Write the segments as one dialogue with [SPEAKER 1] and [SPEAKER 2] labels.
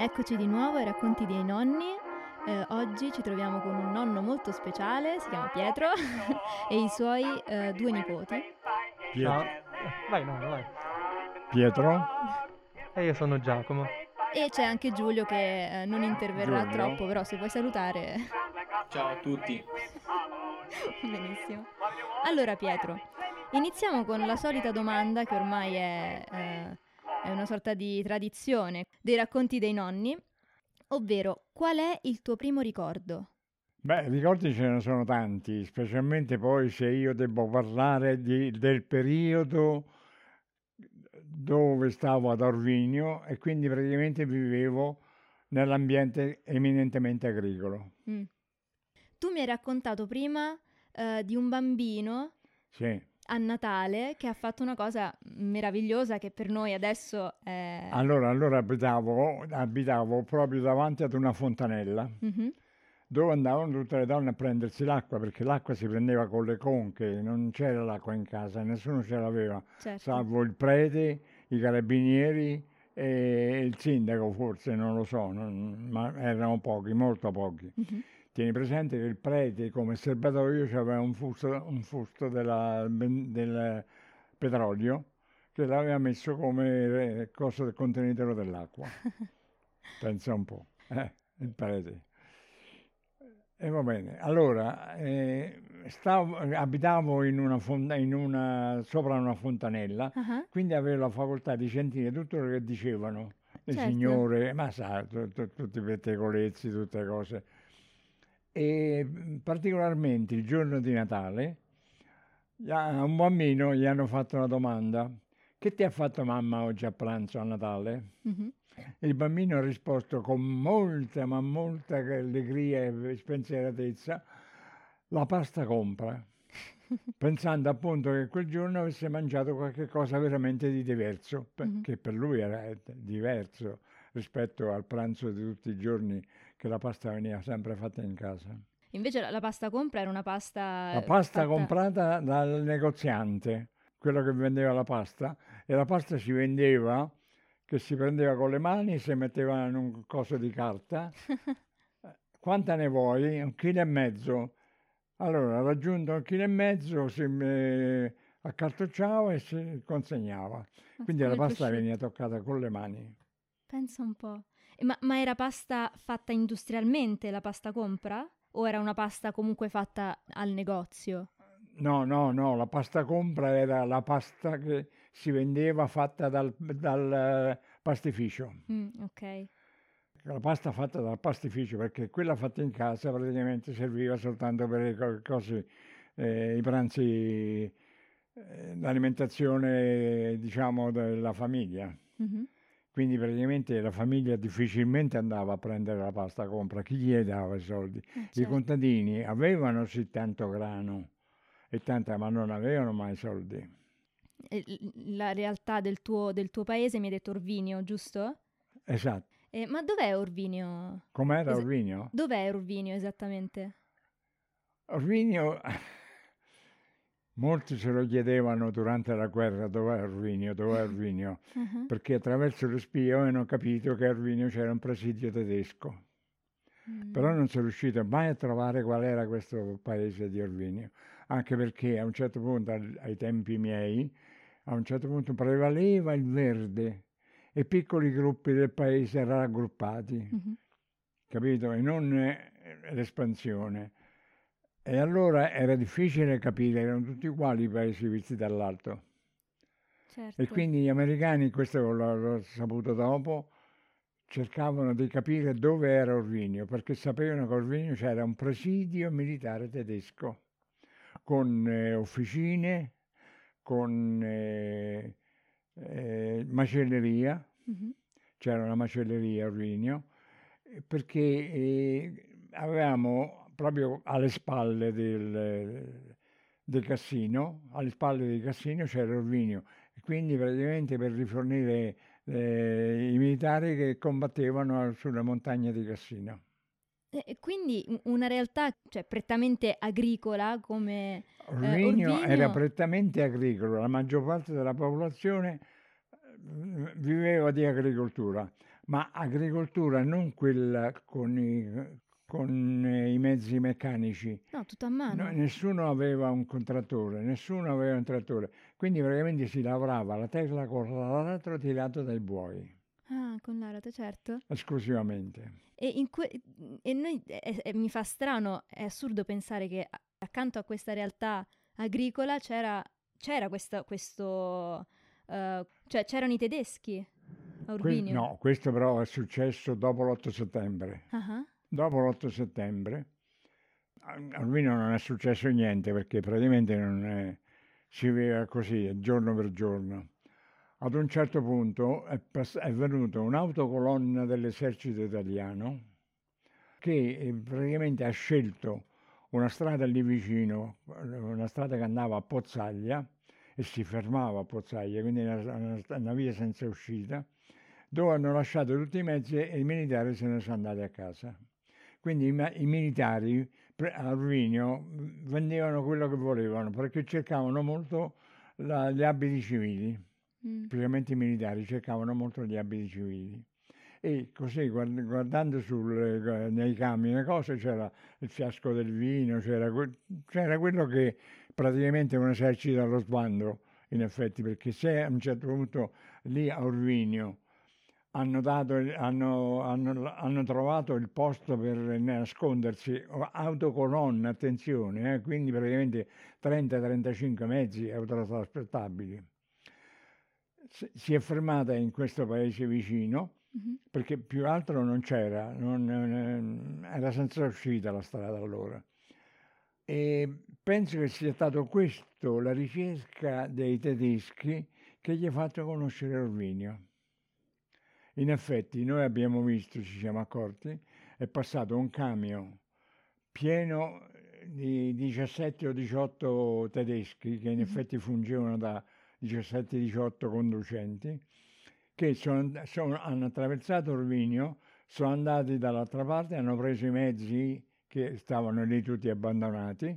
[SPEAKER 1] Eccoci di nuovo ai racconti dei nonni. Oggi ci troviamo con un nonno molto speciale, si chiama Pietro, e i suoi due nipoti.
[SPEAKER 2] Ciao.
[SPEAKER 3] Pietro.
[SPEAKER 2] Vai nonno, vai.
[SPEAKER 3] Pietro?
[SPEAKER 2] E io sono Giacomo.
[SPEAKER 1] E c'è anche Giulio che non interverrà
[SPEAKER 3] Giulio?
[SPEAKER 1] troppo, però se vuoi salutare.
[SPEAKER 4] Ciao a tutti.
[SPEAKER 1] Benissimo. Allora Pietro, iniziamo con la solita domanda che ormai è una sorta di tradizione dei racconti dei nonni, ovvero qual è il tuo primo ricordo?
[SPEAKER 3] Beh, ricordi ce ne sono tanti, specialmente poi se io devo parlare del periodo dove stavo ad Orvinio e quindi praticamente vivevo nell'ambiente eminentemente agricolo.
[SPEAKER 1] Mm. Tu mi hai raccontato prima di un bambino
[SPEAKER 3] Sì.
[SPEAKER 1] a Natale che ha fatto una cosa meravigliosa che per noi adesso è...
[SPEAKER 3] Allora abitavo proprio davanti ad una fontanella
[SPEAKER 1] Mhm,
[SPEAKER 3] dove andavano tutte le donne a prendersi l'acqua perché l'acqua si prendeva con le conche, non c'era l'acqua in casa, nessuno ce l'aveva,
[SPEAKER 1] certo.
[SPEAKER 3] salvo il prete, i carabinieri e il sindaco forse, non lo so, ma erano pochi, molto pochi.
[SPEAKER 1] Mhm.
[SPEAKER 3] Tieni presente che il prete come serbatoio aveva un fusto del petrolio che l'aveva messo come cosa del contenitore dell'acqua. Pensa un po', il prete. E va bene, allora abitavo sopra una fontanella,
[SPEAKER 1] Ah,
[SPEAKER 3] quindi avevo la facoltà di sentire tutto quello che dicevano le
[SPEAKER 1] certo.
[SPEAKER 3] signore, ma sa, tutti i pettegolezzi, tutte le cose. E particolarmente il giorno di Natale, a un bambino gli hanno fatto una domanda: che ti ha fatto mamma oggi a pranzo a Natale?
[SPEAKER 1] Mhm.
[SPEAKER 3] Il bambino ha risposto con molta, ma molta allegria e spensieratezza: la pasta compra, pensando appunto che quel giorno avesse mangiato qualche cosa veramente di diverso,
[SPEAKER 1] Mhm.
[SPEAKER 3] che per lui era diverso rispetto al pranzo di tutti i giorni che la pasta veniva sempre fatta in casa.
[SPEAKER 1] Invece la pasta compra era una
[SPEAKER 3] La
[SPEAKER 1] pasta
[SPEAKER 3] pasta
[SPEAKER 1] fatta...
[SPEAKER 3] comprata dal negoziante, quello che vendeva la pasta, e la pasta si vendeva che si prendeva con le mani, si metteva in un coso di carta. Quanta ne vuoi? 1,5 kg. Allora, raggiunto 1,5 kg, accartocciava e si consegnava. Quindi
[SPEAKER 1] Come
[SPEAKER 3] la
[SPEAKER 1] il
[SPEAKER 3] pasta veniva
[SPEAKER 1] prosciutto.
[SPEAKER 3] toccata con le mani.
[SPEAKER 1] Pensa un po'. Ma era pasta fatta industrialmente, la pasta compra? O era una pasta comunque fatta al negozio?
[SPEAKER 3] No, no, no, la pasta compra era la pasta che si vendeva fatta dal pastificio.
[SPEAKER 1] Ok.
[SPEAKER 3] La pasta fatta dal pastificio, perché quella fatta in casa praticamente serviva soltanto per le cose, i pranzi, l'alimentazione, diciamo, della famiglia.
[SPEAKER 1] Mhm.
[SPEAKER 3] Quindi praticamente la famiglia difficilmente andava a prendere la pasta compra, chi gli dava i soldi? I
[SPEAKER 1] Certo.
[SPEAKER 3] contadini avevano sì tanto grano e tanta, ma non avevano mai soldi.
[SPEAKER 1] La realtà del tuo paese mi hai detto Orvinio, giusto?
[SPEAKER 3] Esatto.
[SPEAKER 1] Ma dov'è Orvinio?
[SPEAKER 3] Com'era Orvinio?
[SPEAKER 1] Dov'è Orvinio esattamente?
[SPEAKER 3] Orvinio, molti se lo chiedevano durante la guerra dov'è Orvinio,
[SPEAKER 1] Mhm.
[SPEAKER 3] perché attraverso lo spio hanno capito che a Orvinio c'era un presidio tedesco, però
[SPEAKER 1] Mm.
[SPEAKER 3] non sono riuscito mai a trovare qual era questo paese di Orvinio, anche perché a un certo punto, ai tempi miei, a un certo punto prevaleva il verde e piccoli gruppi del paese erano raggruppati,
[SPEAKER 1] Mhm.
[SPEAKER 3] capito? E non l'espansione. E allora era difficile capire, erano tutti uguali i paesi visti dall'alto. E
[SPEAKER 1] Certo.
[SPEAKER 3] quindi gli americani, questo l'ho saputo dopo, cercavano di capire dove era Orvinio, perché sapevano che a Orvinio c'era un presidio militare tedesco, con officine, con macelleria,
[SPEAKER 1] Mhm.
[SPEAKER 3] c'era una macelleria a Orvinio, perché avevamo proprio alle spalle del Cassino, alle spalle del Cassino c'era Orvinio, e quindi praticamente per rifornire i militari che combattevano sulle montagne di Cassino.
[SPEAKER 1] E quindi una realtà, cioè, prettamente agricola come
[SPEAKER 3] Orvinio era
[SPEAKER 1] Orvinio.
[SPEAKER 3] prettamente agricolo, la maggior parte della popolazione viveva di agricoltura, ma agricoltura non quella con i mezzi meccanici.
[SPEAKER 1] No, tutto a mano.
[SPEAKER 3] Nessuno aveva un contrattore, nessuno aveva un trattore, quindi praticamente si lavorava la terra con l'aratro tirato dai buoi,
[SPEAKER 1] Ah, con l'aratro, certo.
[SPEAKER 3] esclusivamente.
[SPEAKER 1] E noi, mi fa strano, è assurdo pensare che accanto a questa realtà agricola c'era questo, cioè c'erano i tedeschi a Urbino.
[SPEAKER 3] No, questo però è successo dopo l'8 settembre.
[SPEAKER 1] Ah,
[SPEAKER 3] Dopo l'8 settembre a Urbino non è successo niente perché praticamente si viveva così, giorno per giorno. Ad un certo punto è venuta un'autocolonna dell'esercito italiano che praticamente ha scelto una strada lì vicino, una strada che andava a Pozzaglia e si fermava a Pozzaglia, quindi una via senza uscita, dove hanno lasciato tutti i mezzi e i militari se ne sono andati a casa. Quindi i militari a Arminio vendevano quello che volevano perché cercavano molto gli abiti civili, specialmente i militari cercavano molto gli abiti civili. E così guardando nei camion e cose c'era il fiasco del vino, c'era quello che praticamente un esercito allo sbando, in effetti, perché se a un certo punto lì a Orvinio hanno trovato il posto per nascondersi, autocolonna, attenzione, quindi praticamente 30-35 mezzi autotrasportabili. Si è fermata in questo paese vicino perché più altro non c'era, era senza uscita la strada allora. E penso che sia stato questo, la ricerca dei tedeschi, che gli ha fatto conoscere Orvinio. In effetti noi abbiamo visto, ci siamo accorti, è passato un camion pieno di 17 o 18 tedeschi, che in effetti fungevano da 17-18 conducenti, che hanno attraversato Orvinio, sono andati dall'altra parte, hanno preso i mezzi che stavano lì tutti abbandonati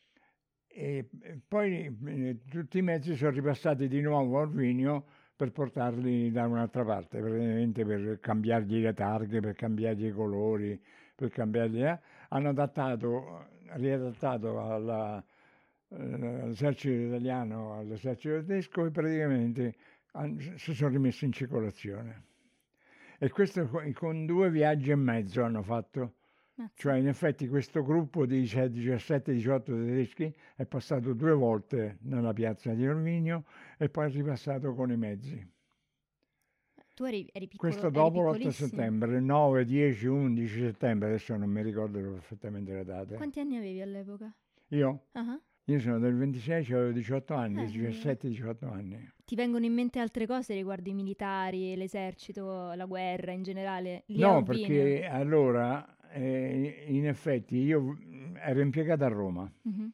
[SPEAKER 3] e poi tutti i mezzi sono ripassati di nuovo a Orvinio per portarli da un'altra parte, praticamente per cambiargli le targhe, per cambiargli i colori, per cambiargli... hanno riadattato all'esercito italiano, all'esercito tedesco e praticamente si sono rimessi in circolazione. E questo con 2 viaggi e mezzo hanno fatto. Cioè in effetti questo gruppo di 17-18 tedeschi è passato 2 volte nella piazza di Orvinio e poi è ripassato con i mezzi.
[SPEAKER 1] Tu eri piccolo,
[SPEAKER 3] questo dopo l'8 settembre, 9, 10, 11 settembre, adesso non mi ricordo perfettamente le date.
[SPEAKER 1] Quanti anni avevi all'epoca?
[SPEAKER 3] Io?
[SPEAKER 1] Uh-huh.
[SPEAKER 3] Io sono del 26, avevo 18 anni, 17-18 anni.
[SPEAKER 1] Ti vengono in mente altre cose riguardo i militari, l'esercito, la guerra in generale?
[SPEAKER 3] No, perché allora, in effetti, io ero impiegato a Roma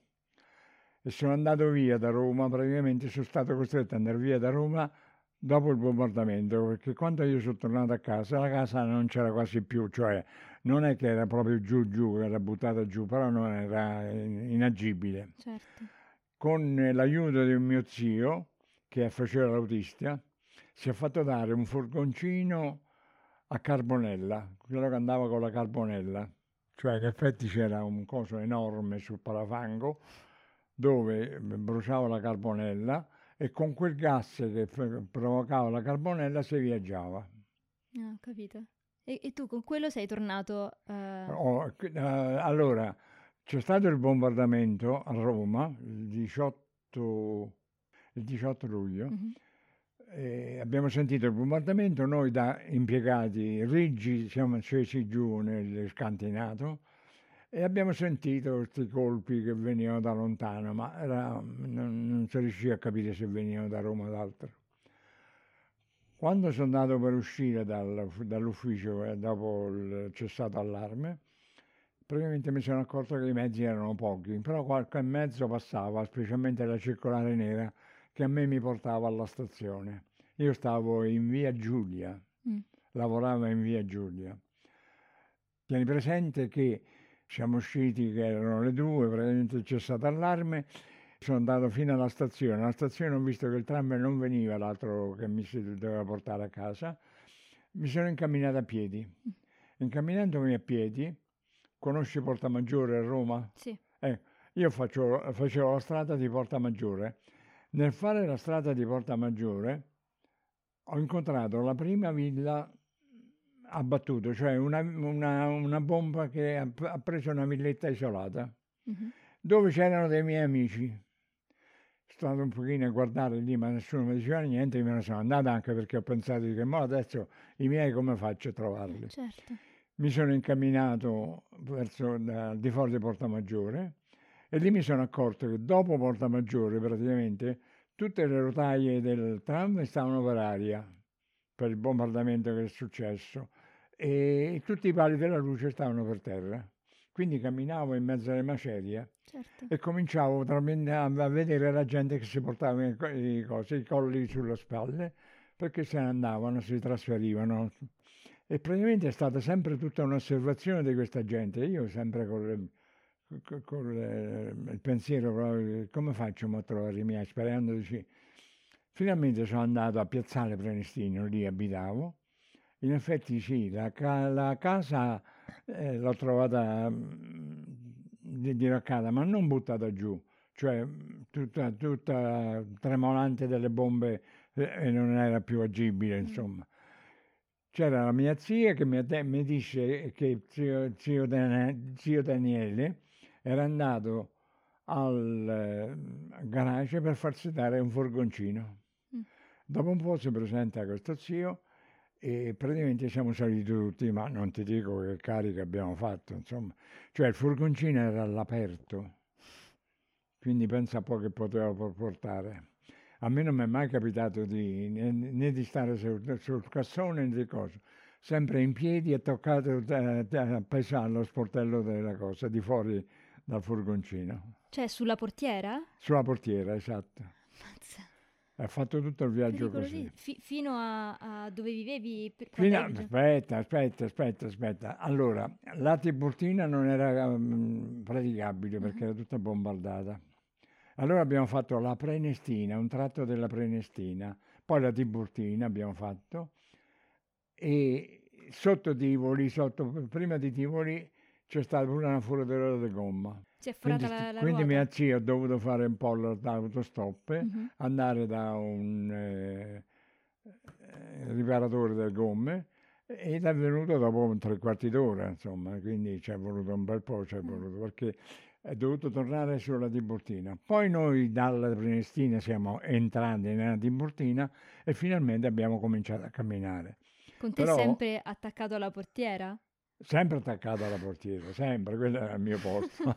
[SPEAKER 3] e sono andato via da Roma, praticamente sono stato costretto ad andare via da Roma dopo il bombardamento, perché quando io sono tornato a casa, la casa non c'era quasi più, cioè non è che era proprio giù, che era buttata giù, però non era inagibile.
[SPEAKER 1] Certo.
[SPEAKER 3] Con l'aiuto di un mio zio, che faceva l'autista, si è fatto dare un furgoncino a carbonella, quello che andava con la carbonella, cioè in effetti c'era un coso enorme sul parafango dove bruciava la carbonella e con quel gas che provocava la carbonella si viaggiava.
[SPEAKER 1] Ah, ho capito. E tu con quello sei tornato...
[SPEAKER 3] Allora, c'è stato il bombardamento a Roma il 18 luglio. E abbiamo sentito il bombardamento, noi da impiegati rigidi siamo scesi giù nel scantinato e abbiamo sentito questi colpi che venivano da lontano, ma non si riusciva a capire se venivano da Roma o da altro. Quando sono andato per uscire dall'ufficio dopo il cessato allarme, praticamente mi sono accorto che i mezzi erano pochi, però qualche mezzo passava, specialmente la circolare nera, che a me mi portava alla stazione. Io stavo in via Giulia, lavoravo in via Giulia. Tieni presente che siamo usciti che erano le 2, praticamente c'è stato allarme, sono andato fino alla stazione ho visto che il tram non veniva, l'altro che mi si doveva portare a casa, mi sono incamminato a piedi. Incamminandomi a piedi, conosci Porta Maggiore a Roma?
[SPEAKER 1] Sì.
[SPEAKER 3] Io facevo la strada di Porta Maggiore. Nel fare la strada di Porta Maggiore ho incontrato la prima villa abbattuta, cioè una bomba che ha preso una villetta isolata, dove c'erano dei miei amici. Sono stato un pochino a guardare lì, ma nessuno mi diceva niente, me ne sono andato anche perché ho pensato che mo adesso i miei come faccio a trovarli?
[SPEAKER 1] Certo.
[SPEAKER 3] Mi sono incamminato verso al di fuori di Porta Maggiore e lì mi sono accorto che dopo Porta Maggiore praticamente tutte le rotaie del tram stavano per aria per il bombardamento che è successo e tutti i pali della luce stavano per terra. Quindi camminavo in mezzo alle macerie
[SPEAKER 1] Certo.
[SPEAKER 3] e cominciavo a vedere la gente che si portava i colli sulle spalle perché se ne andavano, si trasferivano. E praticamente è stata sempre tutta un'osservazione di questa gente. Io sempre con il pensiero proprio, come faccio a trovare i miei, sperando di sì. Finalmente sono andato a Piazzale Prenestino, lì abitavo. In effetti sì, la casa l'ho trovata diroccata, ma non buttata giù, cioè tutta tremolante delle bombe e non era più agibile, insomma. C'era la mia zia che mi disse che zio Daniele era andato al garage per farsi dare un furgoncino. Dopo un po' si presenta questo zio e praticamente siamo saliti tutti, ma non ti dico che carica abbiamo fatto, insomma. Cioè il furgoncino era all'aperto, quindi pensa un po' che poteva portare. A me non mi è mai capitato né di stare sul cassone né di cose, sempre in piedi e toccato appeso allo sportello della cosa, di fuori dal furgoncino.
[SPEAKER 1] Cioè sulla portiera?
[SPEAKER 3] Sulla portiera, esatto.
[SPEAKER 1] Mazza.
[SPEAKER 3] Ha fatto tutto il viaggio così.
[SPEAKER 1] Fino a dove vivevi?
[SPEAKER 3] Aspetta. Allora, la Tiburtina non era praticabile perché era tutta bombardata. Allora abbiamo fatto la Prenestina, un tratto della Prenestina, poi la Tiburtina abbiamo fatto e sotto Tivoli, prima di Tivoli c'è stata pure una fuoriera di gomma.
[SPEAKER 1] Si è forata la
[SPEAKER 3] Quindi
[SPEAKER 1] ruota.
[SPEAKER 3] mia zia ha dovuto fare un po' l'autostop, andare da un riparatore delle gomme ed è venuto dopo 3/4 d'ora, insomma, quindi ci è voluto un bel po', perché è dovuto tornare sulla Tiburtina. Poi noi dalla Prenestina siamo entrati nella Tiburtina e finalmente abbiamo cominciato a camminare.
[SPEAKER 1] Con te sempre attaccato alla portiera?
[SPEAKER 3] Sempre attaccato alla portiera, sempre, quello era il mio posto.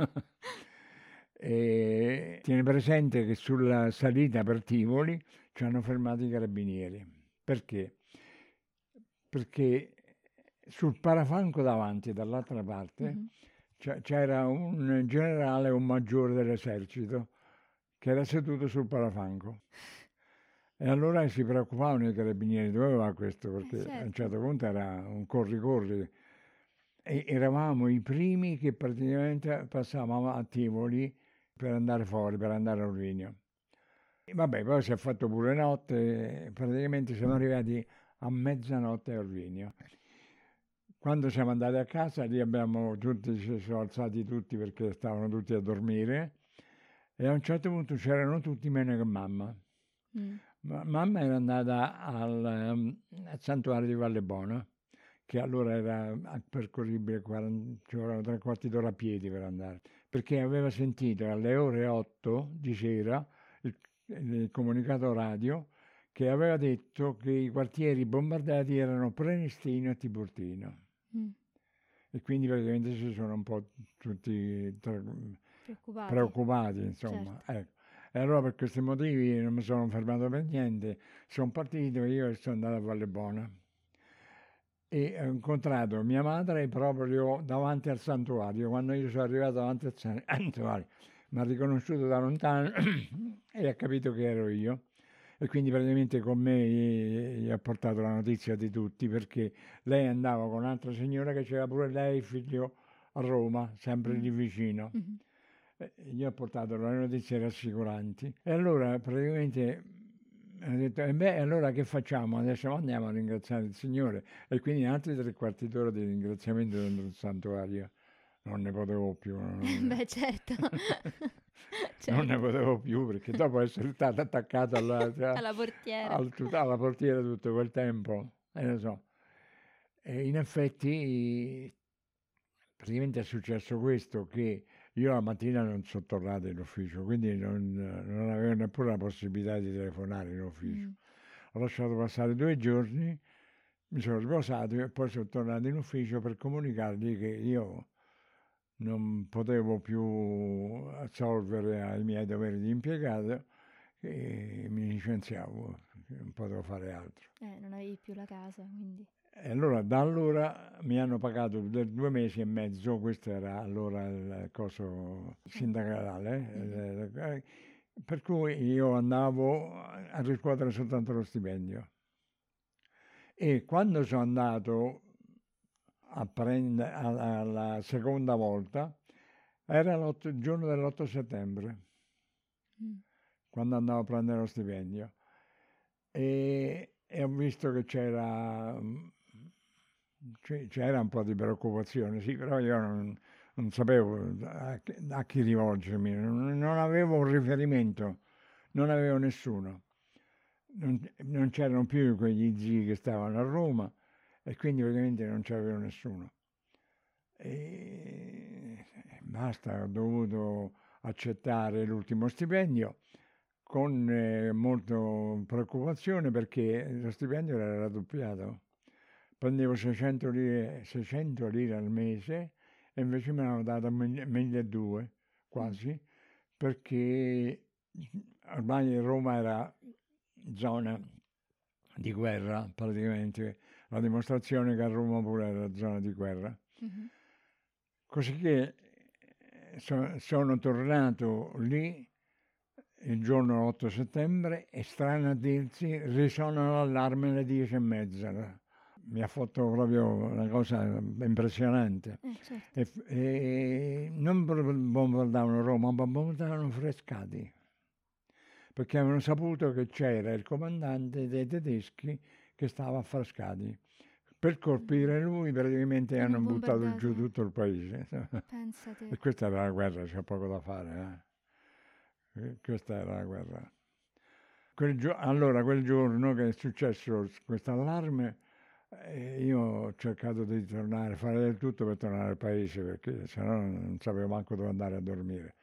[SPEAKER 3] E tieni presente che sulla salita per Tivoli ci hanno fermato i carabinieri. Perché? Perché sul parafanco davanti, dall'altra parte, c'era un generale, un maggiore dell'esercito, che era seduto sul parafanco. E allora si preoccupavano i carabinieri, dove va questo? Perché a un certo punto era un corri-corri. E eravamo i primi che praticamente passavamo a Tivoli per andare fuori, per andare a Orvinio. E vabbè, poi si è fatto pure notte, praticamente siamo arrivati a mezzanotte a Orvinio. Quando siamo andati a casa, lì ci sono alzati tutti perché stavano tutti a dormire e a un certo punto c'erano tutti meno che mamma. Mamma era andata al santuario di Vallebona, che allora era percorribile, ci volevano 3/4 d'ora a piedi per andare, perché aveva sentito alle ore 8 di sera il comunicato radio che aveva detto che i quartieri bombardati erano Prenestino e Tiburtino. E quindi praticamente si sono un po' tutti preoccupati, insomma.
[SPEAKER 1] Certo.
[SPEAKER 3] Ecco. E allora per questi motivi non mi sono fermato per niente, sono partito io e sono andato a Vallebona. E ho incontrato mia madre proprio davanti al santuario. Quando io sono arrivato davanti al santuario, mi ha riconosciuto da lontano e ha capito che ero io. E quindi praticamente con me gli ha portato la notizia di tutti, perché lei andava con un'altra signora che c'era pure lei il figlio a Roma, sempre lì vicino. Gli ho portato le notizie rassicuranti. E allora praticamente Ha detto, e beh, allora che facciamo? Adesso andiamo a ringraziare il Signore. E quindi altri 3/4 d'ora di ringraziamento dentro il santuario. Non ne potevo più.
[SPEAKER 1] Beh, certo.
[SPEAKER 3] Non ne
[SPEAKER 1] Certo.
[SPEAKER 3] potevo più perché dopo essere stato attaccato
[SPEAKER 1] Alla portiera.
[SPEAKER 3] alla portiera tutto quel tempo, lo so. E in effetti praticamente è successo questo, che io la mattina non sono tornato in ufficio, quindi non avevo neppure la possibilità di telefonare in ufficio.
[SPEAKER 1] Mm.
[SPEAKER 3] Ho lasciato passare 2 giorni, mi sono riposato e poi sono tornato in ufficio per comunicargli che io non potevo più assolvere ai miei doveri di impiegato e mi licenziavo, non potevo fare altro.
[SPEAKER 1] Non avevi più la casa, quindi.
[SPEAKER 3] E allora da allora mi hanno pagato per 2 mesi e mezzo, questo era allora il coso sindacale, per cui io andavo a riscuotere soltanto lo stipendio. E quando sono andato a prendere alla seconda volta, era il giorno dell'8 settembre,
[SPEAKER 1] Mm.
[SPEAKER 3] quando andavo a prendere lo stipendio. E ho visto che c'era un po' di preoccupazione, sì, però io non sapevo a chi rivolgermi, non avevo un riferimento, non avevo nessuno. Non c'erano più quegli zii che stavano a Roma e quindi praticamente non c'avevo nessuno. E basta, ho dovuto accettare l'ultimo stipendio con molta preoccupazione perché lo stipendio era raddoppiato. Prendevo 600 lire al mese e invece me ne hanno dato 1.200 quasi, perché ormai Roma era zona di guerra praticamente, la dimostrazione che a Roma pure era zona di guerra.
[SPEAKER 1] Mhm.
[SPEAKER 3] Così che sono tornato lì il giorno 8 settembre e strano a dirsi risuona l'allarme alle 10:30. Mi ha fatto proprio una cosa impressionante.
[SPEAKER 1] Certo.
[SPEAKER 3] E non bombardavano Roma, ma bombardavano Frascati, perché avevano saputo che c'era il comandante dei tedeschi che stava a Frascati. Per colpire lui praticamente
[SPEAKER 1] Hanno
[SPEAKER 3] hanno buttato giù
[SPEAKER 1] bombardato.
[SPEAKER 3] tutto il paese.
[SPEAKER 1] Pensate.
[SPEAKER 3] E questa era la guerra, c'è poco da fare. Questa era la guerra. Allora, quel giorno che è successo questo allarme, io ho cercato di tornare, fare del tutto per tornare al paese, perché sennò non sapevo manco dove andare a dormire.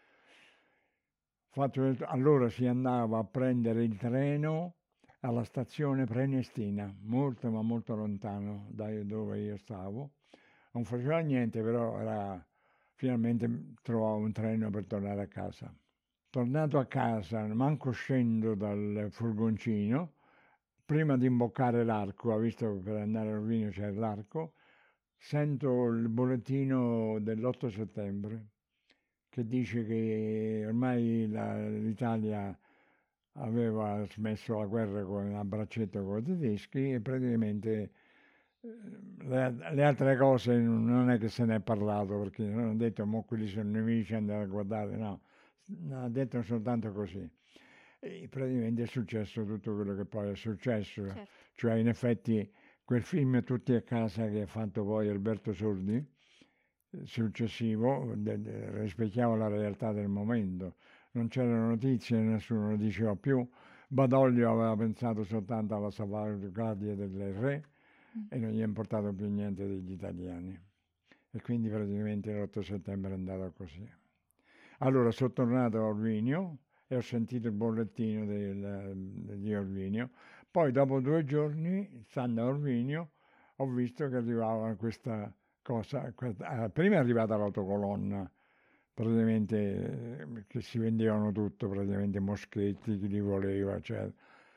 [SPEAKER 3] Allora si andava a prendere il treno alla stazione Prenestina, molto ma molto lontano da dove io stavo. Non faceva niente, però finalmente trovavo un treno per tornare a casa. Tornato a casa, manco scendo dal furgoncino, prima di imboccare l'arco, visto che per andare a Rovinio c'è l'arco, sento il bollettino dell'8 settembre che dice che ormai l'Italia aveva smesso la guerra a braccetto con i tedeschi e praticamente le altre cose non è che se ne è parlato, perché non hanno detto mo quelli sono nemici, andare a guardare, no, ha detto soltanto così. E praticamente è successo tutto quello che poi è successo,
[SPEAKER 1] Certo.
[SPEAKER 3] cioè in effetti quel film Tutti a casa che ha fatto poi Alberto Sordi, successivo, rispecchiava la realtà del momento. Non c'erano notizie, nessuno lo diceva più. Badoglio aveva pensato soltanto alla salvaguardia del re e non gli è importato più niente degli italiani. E quindi praticamente l'8 settembre è andato così. Allora sono tornato a Orvinio e ho sentito il bollettino di Orvinio. Poi dopo 2 giorni, stando a Orvinio, ho visto che arrivava questa cosa. Prima è arrivata l'autocolonna, praticamente che si vendevano tutto, praticamente moschetti, chi li voleva, eccetera.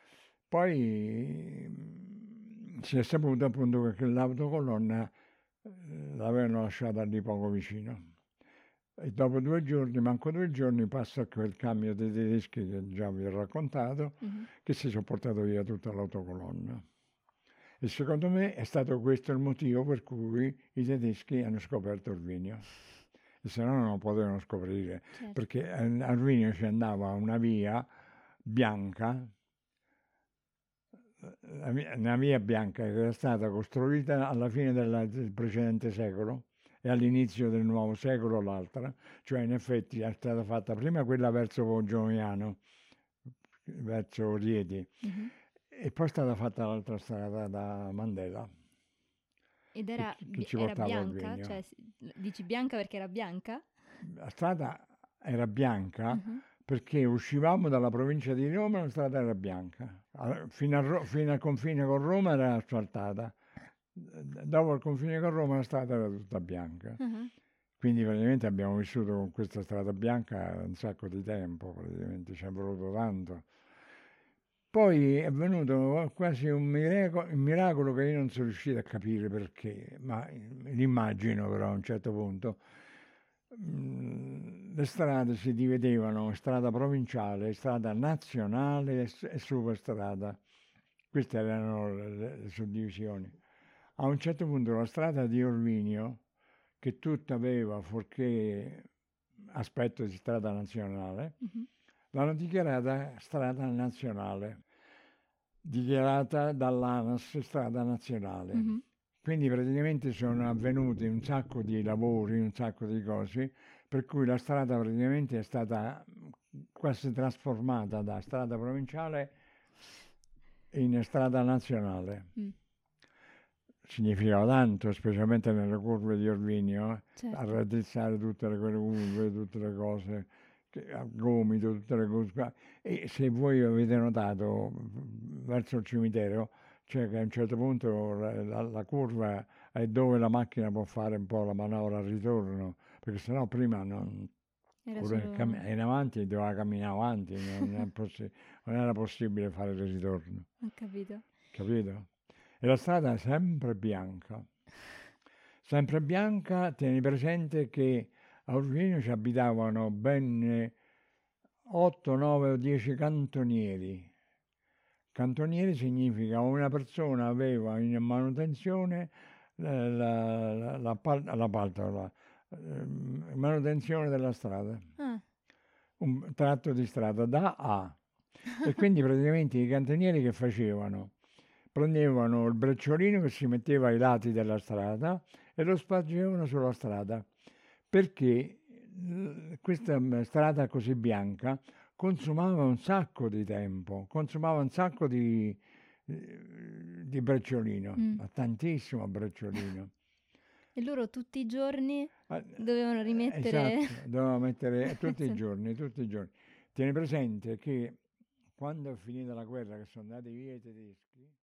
[SPEAKER 3] Poi si è saputo appunto che l'autocolonna l'avevano lasciata lì poco vicino. E dopo 2 giorni, manco 2 giorni, passa quel cambio dei tedeschi che già vi ho raccontato, che si sono portato via tutta l'autocolonna. E secondo me è stato questo il motivo per cui i tedeschi hanno scoperto Orvinio. E se no non lo potevano scoprire,
[SPEAKER 1] Certo.
[SPEAKER 3] perché a Orvinio ci andava una via bianca una via bianca che era stata costruita alla fine del precedente secolo e all'inizio del nuovo secolo l'altra, cioè in effetti è stata fatta prima quella verso Poggiomiano, verso Rieti,
[SPEAKER 1] Mhm.
[SPEAKER 3] e poi è stata fatta l'altra strada da Mandela,
[SPEAKER 1] Ed
[SPEAKER 3] che,
[SPEAKER 1] era,
[SPEAKER 3] che ci
[SPEAKER 1] era
[SPEAKER 3] portava al
[SPEAKER 1] bianca?
[SPEAKER 3] Vigno.
[SPEAKER 1] Cioè, dici bianca perché era bianca?
[SPEAKER 3] La strada era bianca
[SPEAKER 1] Mhm.
[SPEAKER 3] perché uscivamo dalla provincia di Roma e la strada era bianca. Fino al confine con Roma era asfaltata. Dopo il confine con Roma la strada era tutta bianca.
[SPEAKER 1] Mhm.
[SPEAKER 3] Quindi praticamente abbiamo vissuto con questa strada bianca un sacco di tempo, praticamente ci è voluto tanto. Poi è venuto quasi un miracolo che io non sono riuscito a capire perché, ma l'immagino però a un certo punto. Le strade si dividevano strada provinciale, strada nazionale e superstrada. Queste erano le suddivisioni. A un certo punto la strada di Orvinio, che tutta aveva fuorché aspetto di strada nazionale,
[SPEAKER 1] Mhm.
[SPEAKER 3] l'hanno dichiarata strada nazionale, dichiarata dall'ANAS strada nazionale.
[SPEAKER 1] Mhm.
[SPEAKER 3] Quindi praticamente sono avvenuti un sacco di lavori, un sacco di cose, per cui la strada praticamente è stata quasi trasformata da strada provinciale in strada nazionale.
[SPEAKER 1] Mm.
[SPEAKER 3] Significava tanto, specialmente nelle curve di Orvinio, a
[SPEAKER 1] Certo.
[SPEAKER 3] raddrizzare tutte quelle curve, tutte le cose, a gomito, tutte le cose qua. E se voi avete notato verso il cimitero, cioè che a un certo punto la curva è dove la macchina può fare un po' la manovra al ritorno, perché sennò prima non,
[SPEAKER 1] Era solo...
[SPEAKER 3] in avanti doveva camminare avanti, non era possibile fare il ritorno,
[SPEAKER 1] Ho capito.
[SPEAKER 3] capito? E la strada è sempre bianca, tieni presente che a Orvino ci abitavano ben 8, 9 o 10 cantonieri. Cantoniere significa una persona aveva in manutenzione manutenzione della strada,
[SPEAKER 1] Ah.
[SPEAKER 3] un tratto di strada da A. E quindi praticamente i cantonieri che facevano? Prendevano il brecciolino che si metteva ai lati della strada e lo spargevano sulla strada, perché questa strada così bianca consumava un sacco di tempo, consumava un sacco di brecciolino,
[SPEAKER 1] Mm.
[SPEAKER 3] ma tantissimo brecciolino.
[SPEAKER 1] E loro tutti i giorni
[SPEAKER 3] Ah,
[SPEAKER 1] dovevano rimettere...
[SPEAKER 3] Esatto, dovevamo mettere tutti i
[SPEAKER 1] Sì.
[SPEAKER 3] giorni, tutti i giorni. Tieni presente che quando è finita la guerra, che sono andati via i tedeschi,